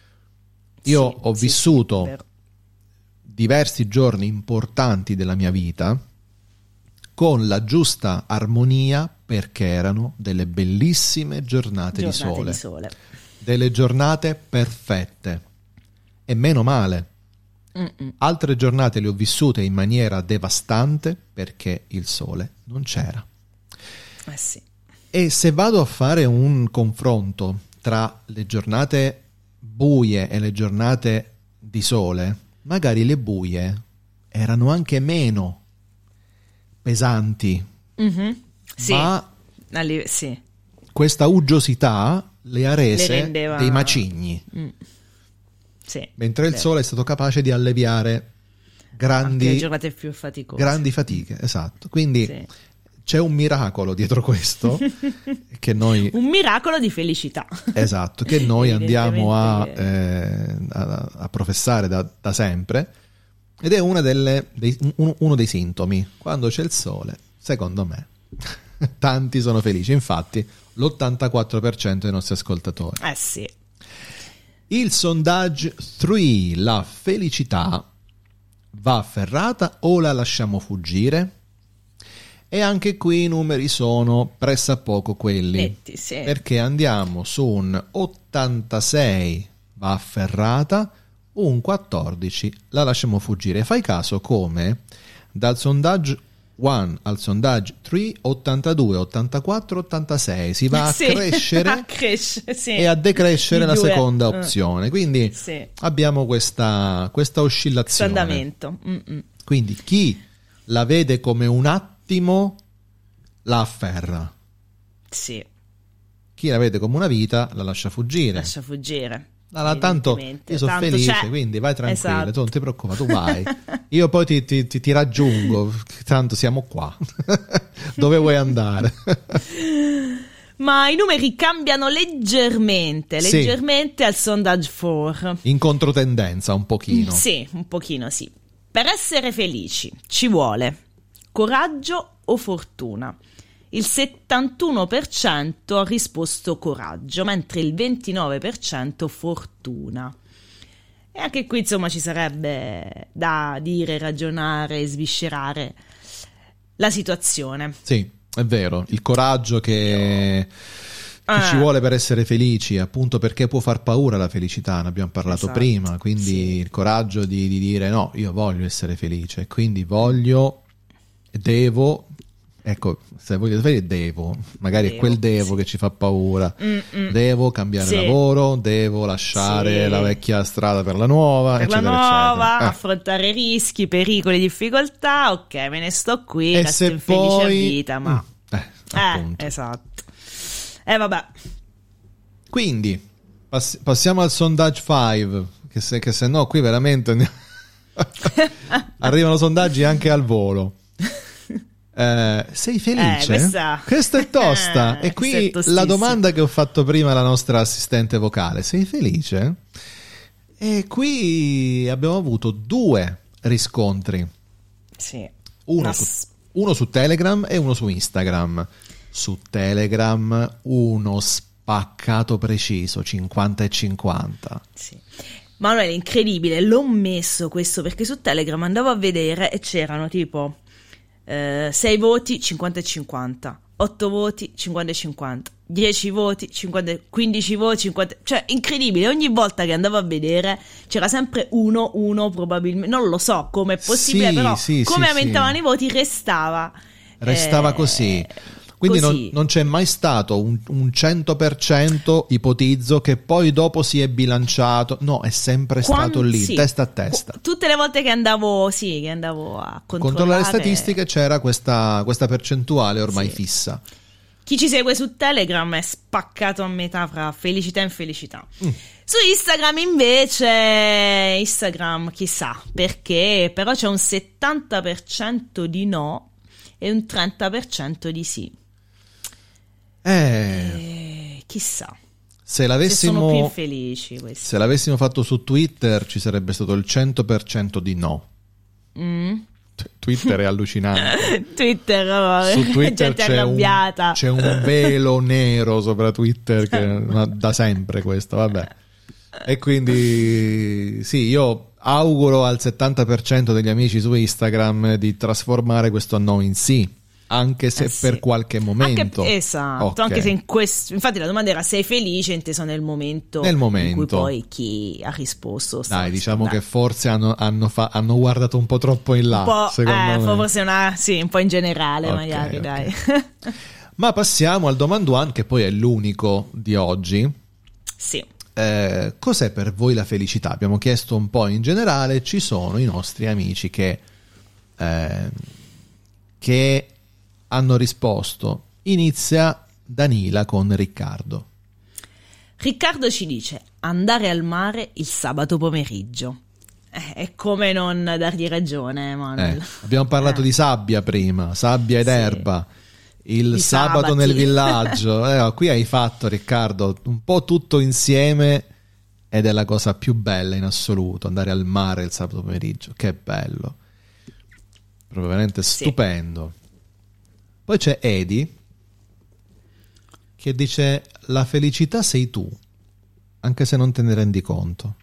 Io ho vissuto diversi giorni importanti della mia vita con la giusta armonia, perché erano delle bellissime giornate di sole, delle giornate perfette, e meno male. Altre giornate le ho vissute in maniera devastante perché il sole non c'era. Sì. E se vado a fare un confronto tra le giornate buie e le giornate di sole, magari le buie erano anche meno pesanti, ma questa uggiosità le ha rese dei macigni. Sì, mentre il sole è stato capace di alleviare grandi giornate più faticose, grandi fatiche, esatto. Quindi c'è un miracolo dietro questo che noi un miracolo di felicità, esatto, che noi andiamo a professare da sempre, ed è uno dei sintomi. Quando c'è il sole, secondo me tanti sono felici, infatti l'84% dei nostri ascoltatori. Sì. Il sondaggio 3, la felicità va afferrata o la lasciamo fuggire? E anche qui i numeri sono pressappoco quelli, Netti, sì. perché andiamo su un 86 va afferrata, un 14 la lasciamo fuggire. Fai caso come dal sondaggio 1 al sondaggio 3, 82, 84, 86 si va a Sì, crescere a crescere, sì. e a decrescere Di la due. seconda opzione. Quindi Sì. abbiamo questa oscillazione. Andamento. Quindi chi la vede come un attimo la afferra, Sì, chi la vede come una vita la lascia fuggire. lascia fuggire. Tanto Evidentemente. io sono Tanto felice, c'è. quindi vai tranquilla, Esatto. tu non ti preoccupare, tu vai. Io poi ti raggiungo, tanto siamo qua. Dove vuoi andare? Ma i numeri cambiano leggermente Sì. al sondage 4. In controtendenza un pochino. Sì, un pochino sì. Per essere felici ci vuole coraggio o fortuna? Il 71% ha risposto coraggio, mentre il 29% fortuna. E anche qui, insomma, ci sarebbe da dire, ragionare, sviscerare la situazione. Sì, è vero, il coraggio che ci vuole per essere felici, appunto perché può far paura la felicità, ne abbiamo parlato Esatto, prima, quindi sì. il coraggio di dire no, io voglio essere felice, quindi voglio, devo, ecco, se voglio fare devo, magari è quel devo che ci fa paura, devo cambiare Sì. lavoro, devo lasciare Sì. la vecchia strada per la nuova, Per la eccetera, nuova, eccetera. affrontare rischi, pericoli, difficoltà, ok, me ne sto qui, E resto se infelice a poi vita, ma... appunto. esatto. Vabbè, Quindi passiamo al sondaggio 5, che se no qui veramente arrivano sondaggi anche al volo. Sei felice? Questa è tosta. E questa è qui tostissima. la domanda che ho fatto prima alla nostra assistente vocale: sei felice? E qui abbiamo avuto 2 riscontri, sì. uno su Telegram e uno su Instagram. Su Telegram uno spaccato preciso, 50 e 50. Sì. Manuele, incredibile, l'ho messo questo perché su Telegram andavo a vedere e c'erano tipo 6 voti 50 e 50, 8 voti 50 e 50, 10 voti 50, 15 voti 50, cioè incredibile, ogni volta che andavo a vedere c'era sempre uno probabilmente, non lo so come è possibile, Sì, però sì, come sì, aumentavano sì. i voti restava Così. Quindi così. non c'è mai stato un 100%, ipotizzo, che poi dopo si è bilanciato. No, è sempre stato lì, sì. testa a testa. Tutte le volte che andavo a Controllare le statistiche c'era questa percentuale ormai Sì. fissa. Chi ci segue su Telegram è spaccato a metà fra felicità e infelicità. Su Instagram invece, chissà perché, però c'è un 70% di no e un 30% di sì. Chissà Se se sono più l'avessimo infelici questi. se l'avessimo fatto su Twitter ci sarebbe stato il 100% di no. Twitter è allucinante. Twitter, Su Twitter gente arrabbiata. c'è un velo nero sopra Twitter ma da sempre questo, vabbè. E quindi sì, io auguro al 70% degli amici su Instagram di trasformare questo no in sì, anche se sì. per qualche momento. Esatto, Ok. anche se infatti la domanda era sei felice, inteso nel momento Nel in cui momento. poi chi ha risposto sta Dai, diciamo rispondendo. che forse hanno guardato un po' troppo in là, un po', secondo me. forse un po' in generale, Ok, magari, ok. dai. Ma passiamo al domanduan, che poi è l'unico di oggi. Sì. Cos'è per voi la felicità? Abbiamo chiesto un po' in generale, ci sono i nostri amici che hanno risposto. Inizia Danila con Riccardo. Riccardo ci dice andare al mare il sabato pomeriggio. È come non dargli ragione, Manuel. Abbiamo parlato di sabbia prima, sabbia ed Sì. erba. Il Di sabato sabati. nel villaggio. Qui hai fatto, Riccardo, un po' tutto insieme ed è la cosa più bella in assoluto, andare al mare il sabato pomeriggio. Che bello. Proprio veramente Sì. stupendo. Poi c'è Edi che dice la felicità sei tu. anche se non te ne rendi conto.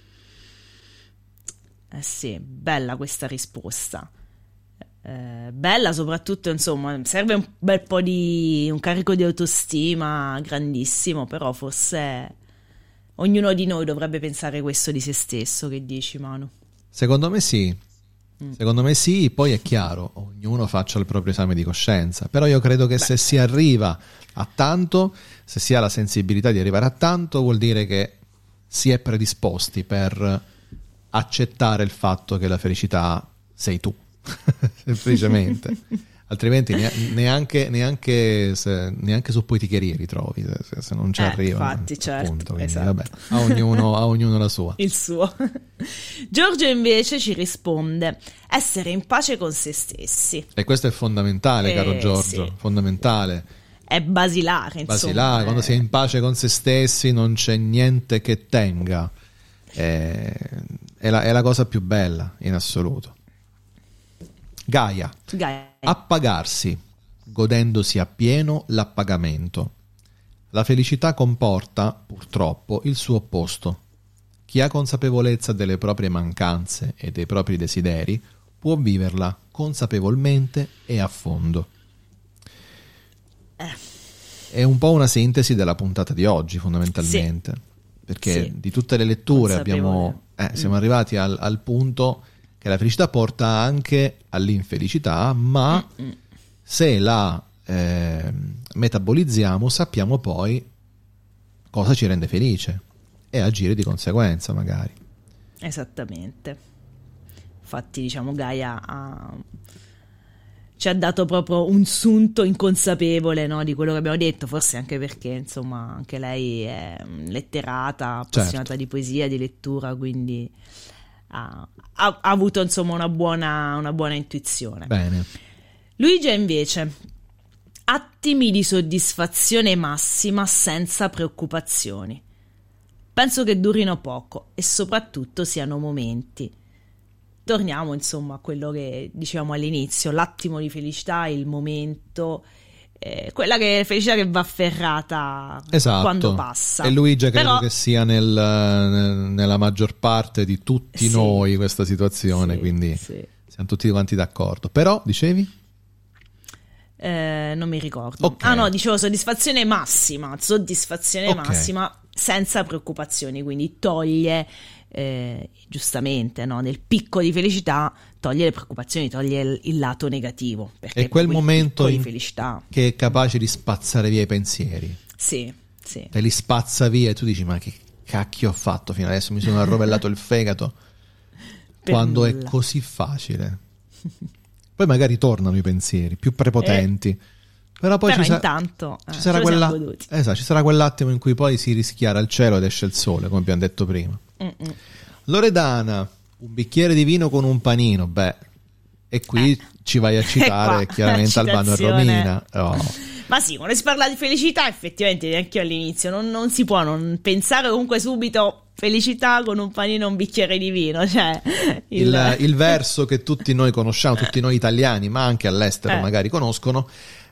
Sì, bella questa risposta. Bella soprattutto, insomma, serve un bel po' di un carico di autostima grandissimo, però forse ognuno di noi dovrebbe pensare questo di se stesso. Che dici, Manu? Secondo me sì. Secondo me sì, poi è chiaro, ognuno faccia il proprio esame di coscienza, però io credo che se si arriva a tanto, se si ha la sensibilità di arrivare a tanto, vuol dire che si è predisposti per accettare il fatto che la felicità sei tu. Semplicemente, altrimenti neanche su poeticherie ritrovi se non ci arriva. Infatti, certo, appunto, quindi, esatto. vabbè, a ognuno la sua. Il suo. Giorgio invece ci risponde: essere in pace con se stessi. E questo è fondamentale, caro Giorgio, sì. fondamentale. È basilare, insomma. Basilare, quando si è in pace con se stessi non c'è niente che tenga. È la cosa più bella in assoluto. Gaia. Appagarsi, godendosi appieno l'appagamento. La felicità comporta, purtroppo, il suo opposto. Chi ha consapevolezza delle proprie mancanze e dei propri desideri può viverla consapevolmente e a fondo. È un po' una sintesi della puntata di oggi, fondamentalmente, perché di tutte le letture siamo arrivati al punto che la felicità porta anche all'infelicità, ma se la metabolizziamo sappiamo poi cosa ci rende felice e agire di conseguenza, magari. Esattamente. Infatti, diciamo, Gaia ci ha dato proprio un sunto inconsapevole, no, di quello che abbiamo detto, forse anche perché, insomma, anche lei è letterata, appassionata di poesia, di lettura, quindi ha avuto, insomma, una buona intuizione. Bene. Luigia invece: attimi di soddisfazione massima senza preoccupazioni. Penso che durino poco e soprattutto siano momenti. Torniamo, insomma, a quello che dicevamo all'inizio: l'attimo di felicità, il momento, quella che felicità che va afferrata quando passa. E Luigia credo che sia nella maggior parte di tutti noi questa situazione, quindi siamo tutti quanti d'accordo. Però, dicevi? Non mi ricordo. No, dicevo soddisfazione massima senza preoccupazioni, quindi toglie giustamente, no, nel picco di felicità toglie le preoccupazioni, toglie il lato negativo, perché è quel momento di felicità che è capace di spazzare via i pensieri. Sì. E li spazza via e tu dici: ma che cacchio ho fatto fino adesso, mi sono arrovellato il fegato quando nulla. È così facile. Poi magari tornano i pensieri più prepotenti, però poi intanto ci sarà ci sarà quell'attimo in cui poi si rischiara il cielo ed esce il sole, come abbiamo detto prima. Loredana: un bicchiere di vino con un panino. Beh, e qui ci vai a citare chiaramente Albano e Romina. Ma sì, quando si parla di felicità, effettivamente anche io all'inizio non si può non pensare comunque subito felicità con un panino e un bicchiere di vino, cioè il verso che tutti noi conosciamo, tutti noi italiani, ma anche all'estero magari conoscono.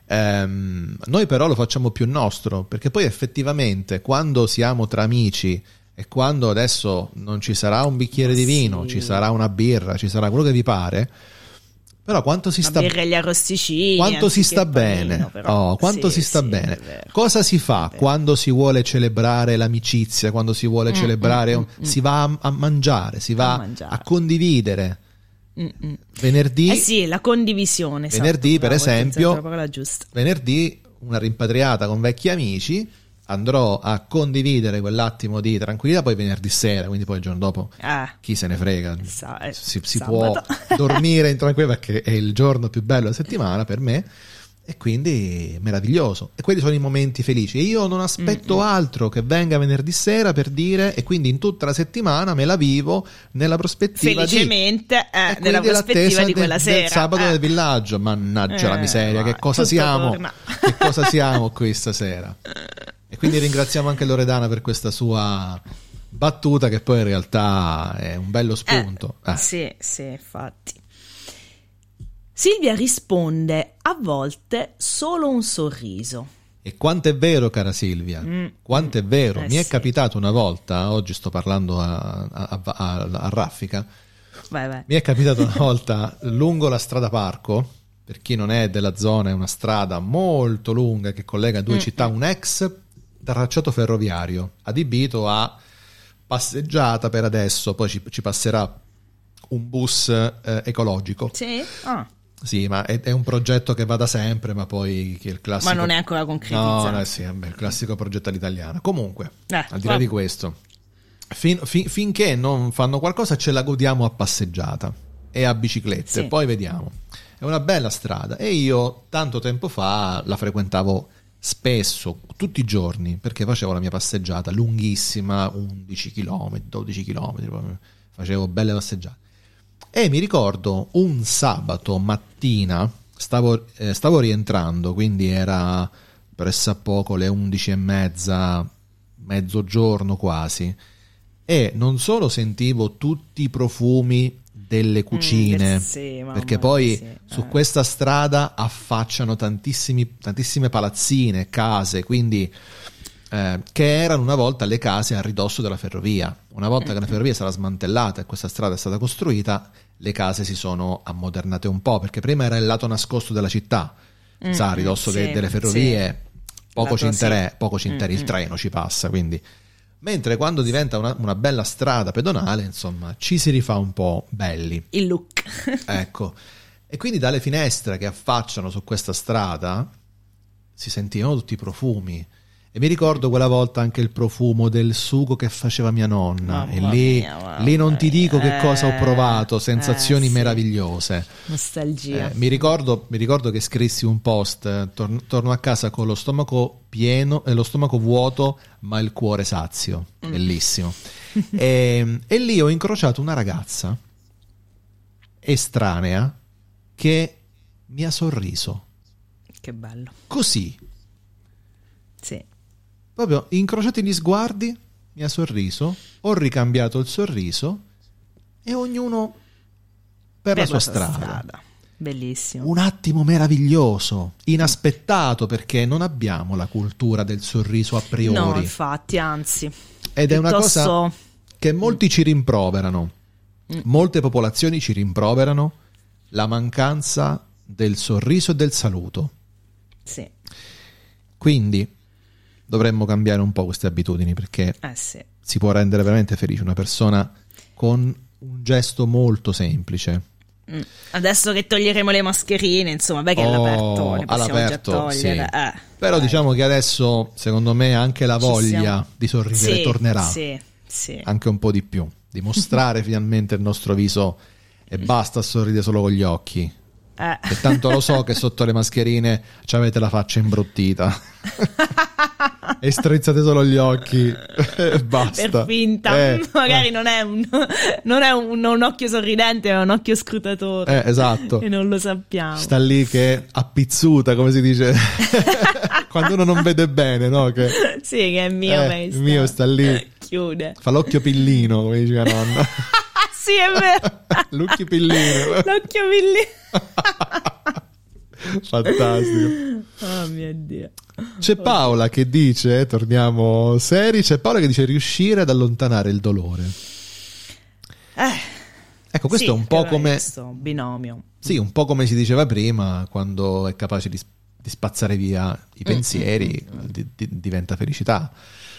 Noi però lo facciamo più nostro, perché poi effettivamente quando siamo tra amici e quando adesso non ci sarà un bicchiere di vino, ci sarà una birra, ci sarà quello che vi pare, però quanto si sta birra e gli arrosticini, quanto si sta bene, quanto si sta bene. Cosa si fa quando si vuole celebrare l'amicizia, quando si vuole celebrare si va a mangiare, si va a condividere. Venerdì la condivisione, venerdì per esempio, venerdì una rimpatriata con vecchi amici, andrò a condividere quell'attimo di tranquillità, poi venerdì sera, quindi poi il giorno dopo chi se ne frega, si può dormire in tranquillità perché è il giorno più bello della settimana per me, e quindi meraviglioso. E quelli sono i momenti felici. E io non aspetto altro che venga venerdì sera per dire, e quindi in tutta la settimana me la vivo nella prospettiva felicemente nella prospettiva di quella sera, del sabato del villaggio. Mannaggia la miseria, che cosa siamo? Che cosa siamo qui stasera? E quindi ringraziamo anche Loredana per questa sua battuta, che poi in realtà è un bello spunto. Sì, infatti. Silvia risponde: a volte solo un sorriso. E quanto è vero, cara Silvia, quanto è vero. Mi è sì. capitato una volta, oggi sto parlando a raffica, Vai. mi è capitato una volta lungo la strada Parco, per chi non è della zona è una strada molto lunga che collega due città, un ex tracciato ferroviario adibito a passeggiata per adesso, poi ci passerà un bus ecologico. Sì? Ah. Sì, ma è un progetto che va da sempre, ma poi che il classico... Ma non è ancora concretizzato. No, sì, vabbè, il classico progetto all'italiano. Comunque, al di là vabbè. di questo, finché non fanno qualcosa ce la godiamo a passeggiata e a biciclette, Sì. poi vediamo. È una bella strada e io tanto tempo fa la frequentavo spesso, tutti i giorni, perché facevo la mia passeggiata lunghissima, 11 km, 12 km, facevo belle passeggiate. E mi ricordo un sabato mattina, stavo rientrando, quindi era pressappoco le 11:30, mezzogiorno quasi, e non solo sentivo tutti i profumi delle cucine, sì, mamma perché poi sì. su questa strada affacciano tantissime palazzine, case, quindi che erano una volta le case a ridosso della ferrovia. Una volta che la ferrovia sarà smantellata e questa strada è stata costruita, le case si sono ammodernate un po', perché prima era il lato nascosto della città, a ridosso sì, delle ferrovie, poco ci interessa, il treno ci passa, quindi. Mentre quando diventa una bella strada pedonale, insomma, ci si rifà un po' belli. Il look. Ecco. E quindi dalle finestre che affacciano su questa strada si sentivano tutti i profumi. E mi ricordo quella volta anche il profumo del sugo che faceva mia nonna. Mamma e mia, lì non ti dico che cosa ho provato, sensazioni sì. meravigliose. Nostalgia. Mi ricordo che scrissi un post, torno a casa con lo stomaco pieno e lo stomaco vuoto, ma il cuore sazio. Bellissimo. e lì ho incrociato una ragazza estranea che mi ha sorriso. Che bello. Così. Sì. Proprio incrociati gli sguardi, mi ha sorriso, ho ricambiato il sorriso e ognuno per la sua strada. Bellissimo. Un attimo meraviglioso, inaspettato, perché non abbiamo la cultura del sorriso a priori. No, infatti, anzi. Ed è una cosa che molti ci rimproverano. Molte popolazioni ci rimproverano la mancanza del sorriso e del saluto. Sì. Quindi dovremmo cambiare un po' queste abitudini, perché Sì. si può rendere veramente felice una persona con un gesto molto semplice. Adesso che toglieremo le mascherine, insomma, beh, che all'aperto ne possiamo già togliere. Sì. Però diciamo che adesso, secondo me, anche la voglia di sorridere tornerà. Sì. Anche un po' di più, di mostrare finalmente il nostro viso e basta sorridere solo con gli occhi. E tanto lo so che sotto le mascherine avete la faccia imbruttita e strizzate solo gli occhi e basta. Per finta, magari non è un occhio sorridente, ma un occhio scrutatore. Esatto. E non lo sappiamo. Sta lì che appizzuta, come si dice quando uno non vede bene, no? Sì, che è mio, il mio sta lì, chiude, fa l'occhio pillino, come diceva nonna. Sì, è vero. L'occhio pillino. L'occhio pillino. Fantastico. Oh mio Dio. C'è Paola che dice, torniamo seri, c'è Paola che dice riuscire ad allontanare il dolore. Ecco, questo è un po' come questo binomio. Sì, un po' come si diceva prima, quando è capace di spazzare via i pensieri, diventa felicità.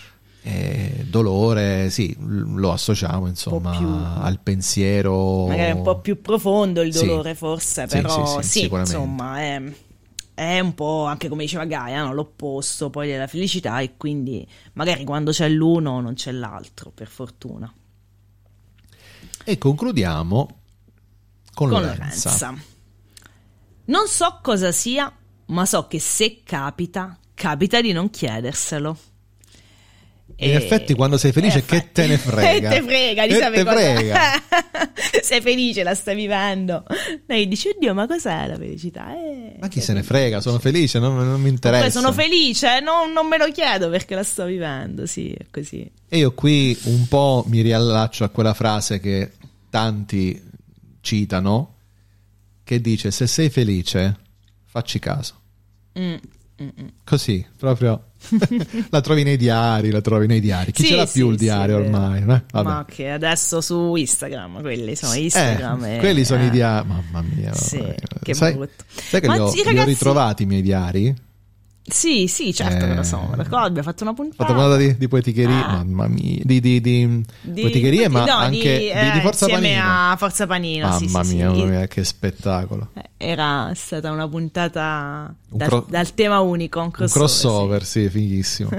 Dolore, sì, lo associamo insomma al pensiero, magari un po' più profondo il dolore, forse, però sì, insomma è un po' anche come diceva Gaia, no? L'opposto poi della felicità, e quindi magari quando c'è l'uno non c'è l'altro, per fortuna. E concludiamo con Lorenza. Non so cosa sia, ma so che se capita di non chiederselo. In effetti quando sei felice che te ne frega? Te frega di sapere cosa. Sei felice, la stai vivendo. Lei dice, oddio, ma cos'è la felicità? Ma chi se ne frega? Sono felice, non mi interessa. Poi sono felice, non me lo chiedo perché la sto vivendo, sì, è così. E io qui un po' mi riallaccio a quella frase che tanti citano, che dice, se sei felice, facci caso. Così, proprio la trovi nei diari. Chi Sì, ce l'ha sì, più il sì, diario è vero. ormai? Vabbè. Ma che adesso su Instagram, quelli sono Instagram. Quelli sono i diari. Mamma mia. Sì, vabbè. che sai brutto. che Ma li ho, sì, li ho ragazzi- ritrovati i miei diari? Sì, certo che lo so, me lo ricordo, abbiamo fatto una Ho puntata. fatto una di poeticherie, Ah. mamma mia, di poeticherie, ma no, anche di Forza insieme Panino. a Forza Panino, Mamma sì, mia, sì, mamma sì. mia, che spettacolo. Era stata una puntata Un dal tema unico, un crossover. Un crossover, sì, fighissimo.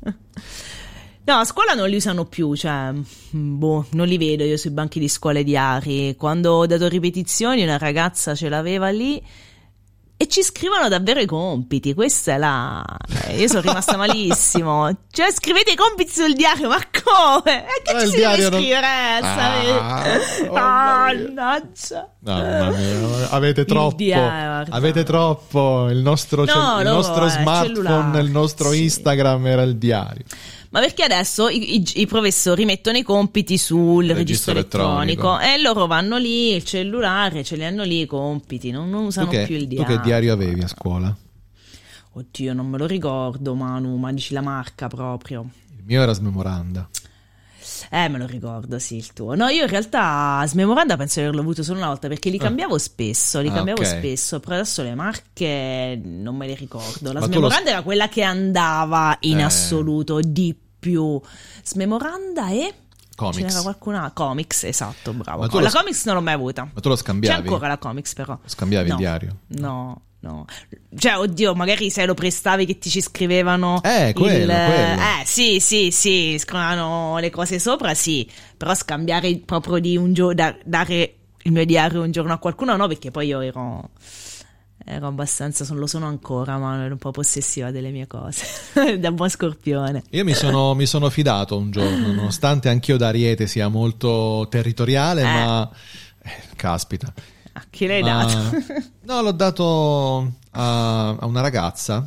No, a scuola non li usano più, cioè, non li vedo io sui banchi di scuola i diari. Quando ho dato ripetizioni una ragazza ce l'aveva lì e ci scrivono davvero i compiti, questa è la... Io sono rimasta malissimo. Cioè, scrivete i compiti sul diario, ma come? E che Il ci si deve diario non- scrivere? Mannaggia. Mamma mia, avete troppo, diario. avete troppo. Il nostro, No, il no, nostro è smartphone, cellulare. il nostro Sì. Instagram era il diario. Ma perché adesso i professori mettono i compiti sul registro elettronico e loro vanno lì, il cellulare, ce li hanno lì i compiti, non usano più il diario. Tu che diario avevi a scuola? Oddio, non me lo ricordo, Manu, ma dici la marca proprio. Il mio era Smemoranda. Me lo ricordo, sì, il tuo. No, io in realtà Smemoranda penso di averlo avuto solo una volta perché li cambiavo spesso, ok. spesso, però adesso le marche non me le ricordo. La Ma tu Smemoranda era quella che andava in Eh. assoluto di più. Smemoranda e... Comics. Ce n'era qualcuna? Comics, esatto, bravo. Ma tu La lo- Comics non l'ho mai avuta. Ma tu lo C'è scambiavi? ancora la Comics però. Scambiavi No. il diario? No. Cioè, oddio, magari se lo prestavi che ti ci scrivevano quello. sì, scrivevano le cose sopra, sì. Però scambiare proprio di un giorno, dare il mio diario un giorno a qualcuno, no, perché poi io ero abbastanza, lo sono ancora, ma ero un po' possessiva delle mie cose, da buon scorpione. Io mi sono fidato un giorno, nonostante anch'io da Ariete sia molto territoriale, ma caspita. A chi l'hai dato? No, l'ho dato a una ragazza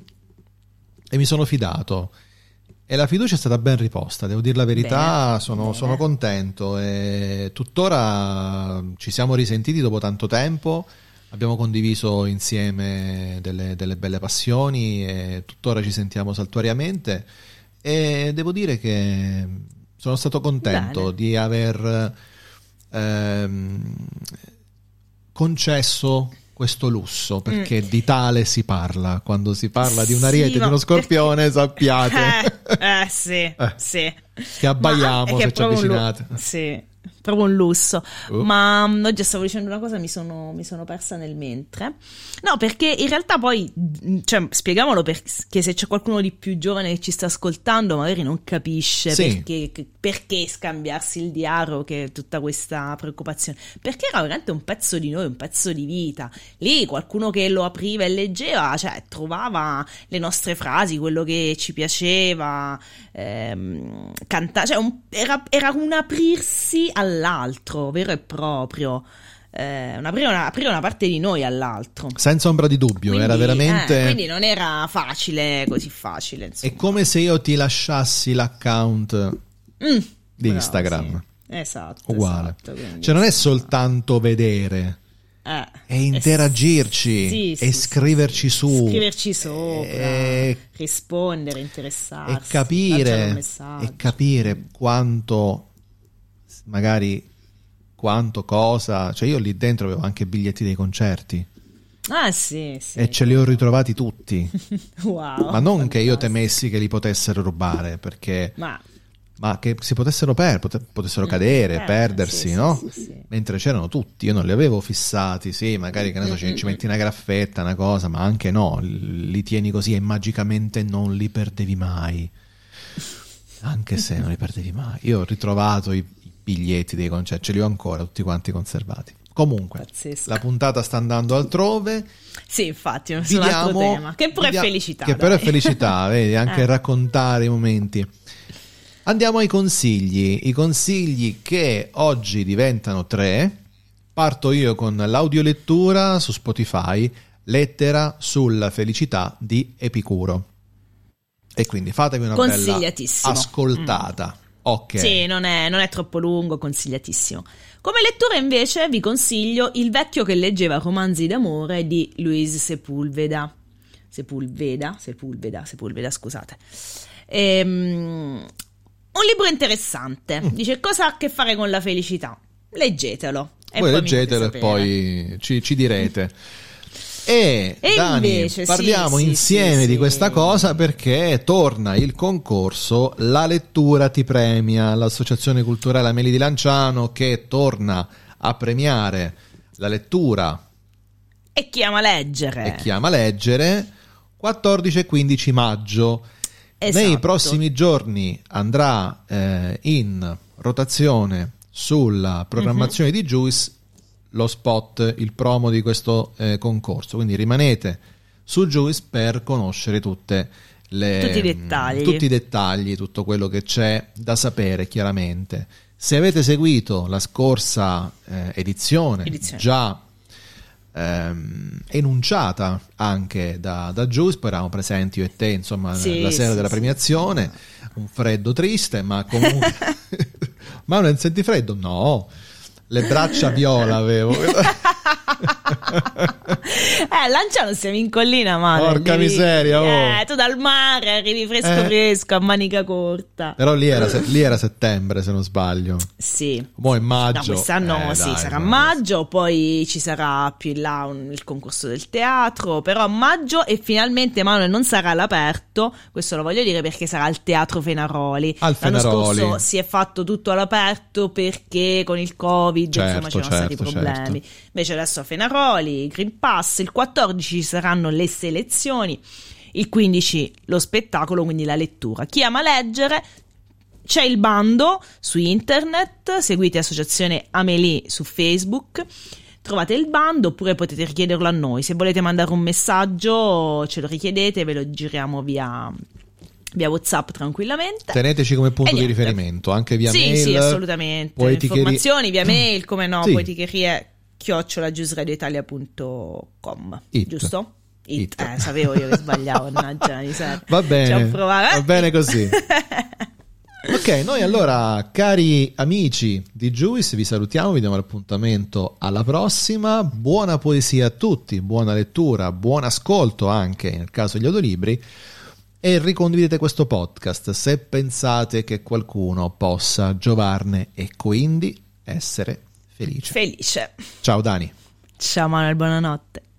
e mi sono fidato. E la fiducia è stata ben riposta, devo dire la verità, Bene. sono contento e tuttora ci siamo risentiti dopo tanto tempo, abbiamo condiviso insieme delle belle passioni e tuttora ci sentiamo saltuariamente e devo dire che sono stato contento Bene. di aver concesso questo lusso, perché di tale si parla quando si parla di un ariete, Sì, di uno scorpione, sappiate sì. che abbaiamo Ma è che se è ci proprio avvicinate. sì, proprio un lusso. Oh. Ma oggi stavo dicendo una cosa, mi sono persa nel mentre. No, perché in realtà poi, cioè, spieghiamolo perché se c'è qualcuno di più giovane che ci sta ascoltando, magari non capisce Sì. perché scambiarsi il diario, che è tutta questa preoccupazione. Perché era veramente un pezzo di noi, un pezzo di vita. Lì qualcuno che lo apriva e leggeva, cioè trovava le nostre frasi, quello che ci piaceva, cantare, cioè era un aprirsi all'altro, vero e proprio, aprire una parte di noi all'altro. Senza ombra di dubbio, Quindi, era veramente... quindi non era così facile, insomma. È come se io ti lasciassi l'account di Bravo, Instagram. sì. Esatto, Uguale. esatto, quindi, Cioè non è soltanto vedere, è interagirci sì, e sì, scriverci su. scriverci sopra, e rispondere, interessarsi, e lanciare un messaggio. capire quanto, magari quanto cosa, cioè io lì dentro avevo anche biglietti dei concerti Sì. e ce li ho ritrovati tutti, Wow, ma non che io fantastico. temessi che li potessero rubare, perché Ma che si potessero cadere, perdersi, sì, no? sì. Mentre c'erano tutti, io non li avevo fissati, sì, magari che ne so, ci metti una graffetta, una cosa, ma anche no, li tieni così e magicamente non li perdevi mai, anche se non li perdevi mai. Io ho ritrovato i biglietti dei concerti, ce li ho ancora tutti quanti conservati. Comunque, Pazzesco. la puntata sta andando altrove. Sì, infatti, su un altro tema, che pure è felicità. Che però è dai. felicità, vedi, anche raccontare i momenti. Andiamo ai consigli, i consigli che oggi diventano 3. Parto io con l'audiolettura su Spotify, Lettera sulla felicità di Epicuro. E quindi fatevi una bella Consigliatissimo. ascoltata. Ok. Sì, non è troppo lungo, consigliatissimo. Come lettura invece vi consiglio Il vecchio che leggeva romanzi d'amore di Luis Sepúlveda. Sepulveda, scusate. Un libro interessante, dice cosa ha a che fare con la felicità. Leggetelo. Voi leggetelo e poi ci direte. E Dani, invece, parliamo insieme di questa cosa perché torna il concorso La Lettura Ti Premia, l'associazione culturale Amelie di Lanciano che torna a premiare la lettura e chi ama leggere 14 e 15 maggio. Esatto. Nei prossimi giorni andrà in rotazione sulla programmazione di Juice lo spot, il promo di questo concorso, quindi rimanete su Juice per conoscere tutti i dettagli, tutto quello che c'è da sapere. Chiaramente, se avete seguito la scorsa edizione già enunciata anche da Juice, poi eravamo presenti io e te, insomma, la sera della premiazione, un freddo triste, ma comunque ma non senti freddo? No, le braccia viola avevo. Lanciano siamo in collina, ma porca miseria, tu dal mare arrivi fresco a manica corta. Però lì era settembre, se non sbaglio. Sì. Mo' è maggio. No, quest'anno sarà maggio, poi ci sarà più in là il concorso del teatro, però a maggio, e finalmente Manuel non sarà all'aperto, questo lo voglio dire perché sarà al Teatro Fenaroli. L'anno scorso si è fatto tutto all'aperto perché con il Covid insomma c'erano stati problemi. Invece adesso a Fenaroli, Green Pass, il 14 ci saranno le selezioni, il 15 lo spettacolo, quindi la lettura. Chi ama leggere, c'è il bando su internet, seguite Associazione Amélie su Facebook, trovate il bando, oppure potete richiederlo a noi. Se volete mandare un messaggio ce lo richiedete, ve lo giriamo via WhatsApp tranquillamente. Teneteci come punto di riferimento anche via mail. Sì, assolutamente. Informazioni via mail, come no, poeticherie @radioitalia.com, giusto? Sapevo io che sbagliavo, mannaggia, va bene così. Ok, noi allora, cari amici di Juice, vi salutiamo, vi diamo l'appuntamento alla prossima. Buona poesia a tutti, buona lettura, buon ascolto anche nel caso degli audiolibri, e ricondividete questo podcast se pensate che qualcuno possa giovarne e quindi essere felice. Felice. Ciao Dani. Ciao Manuel, buonanotte.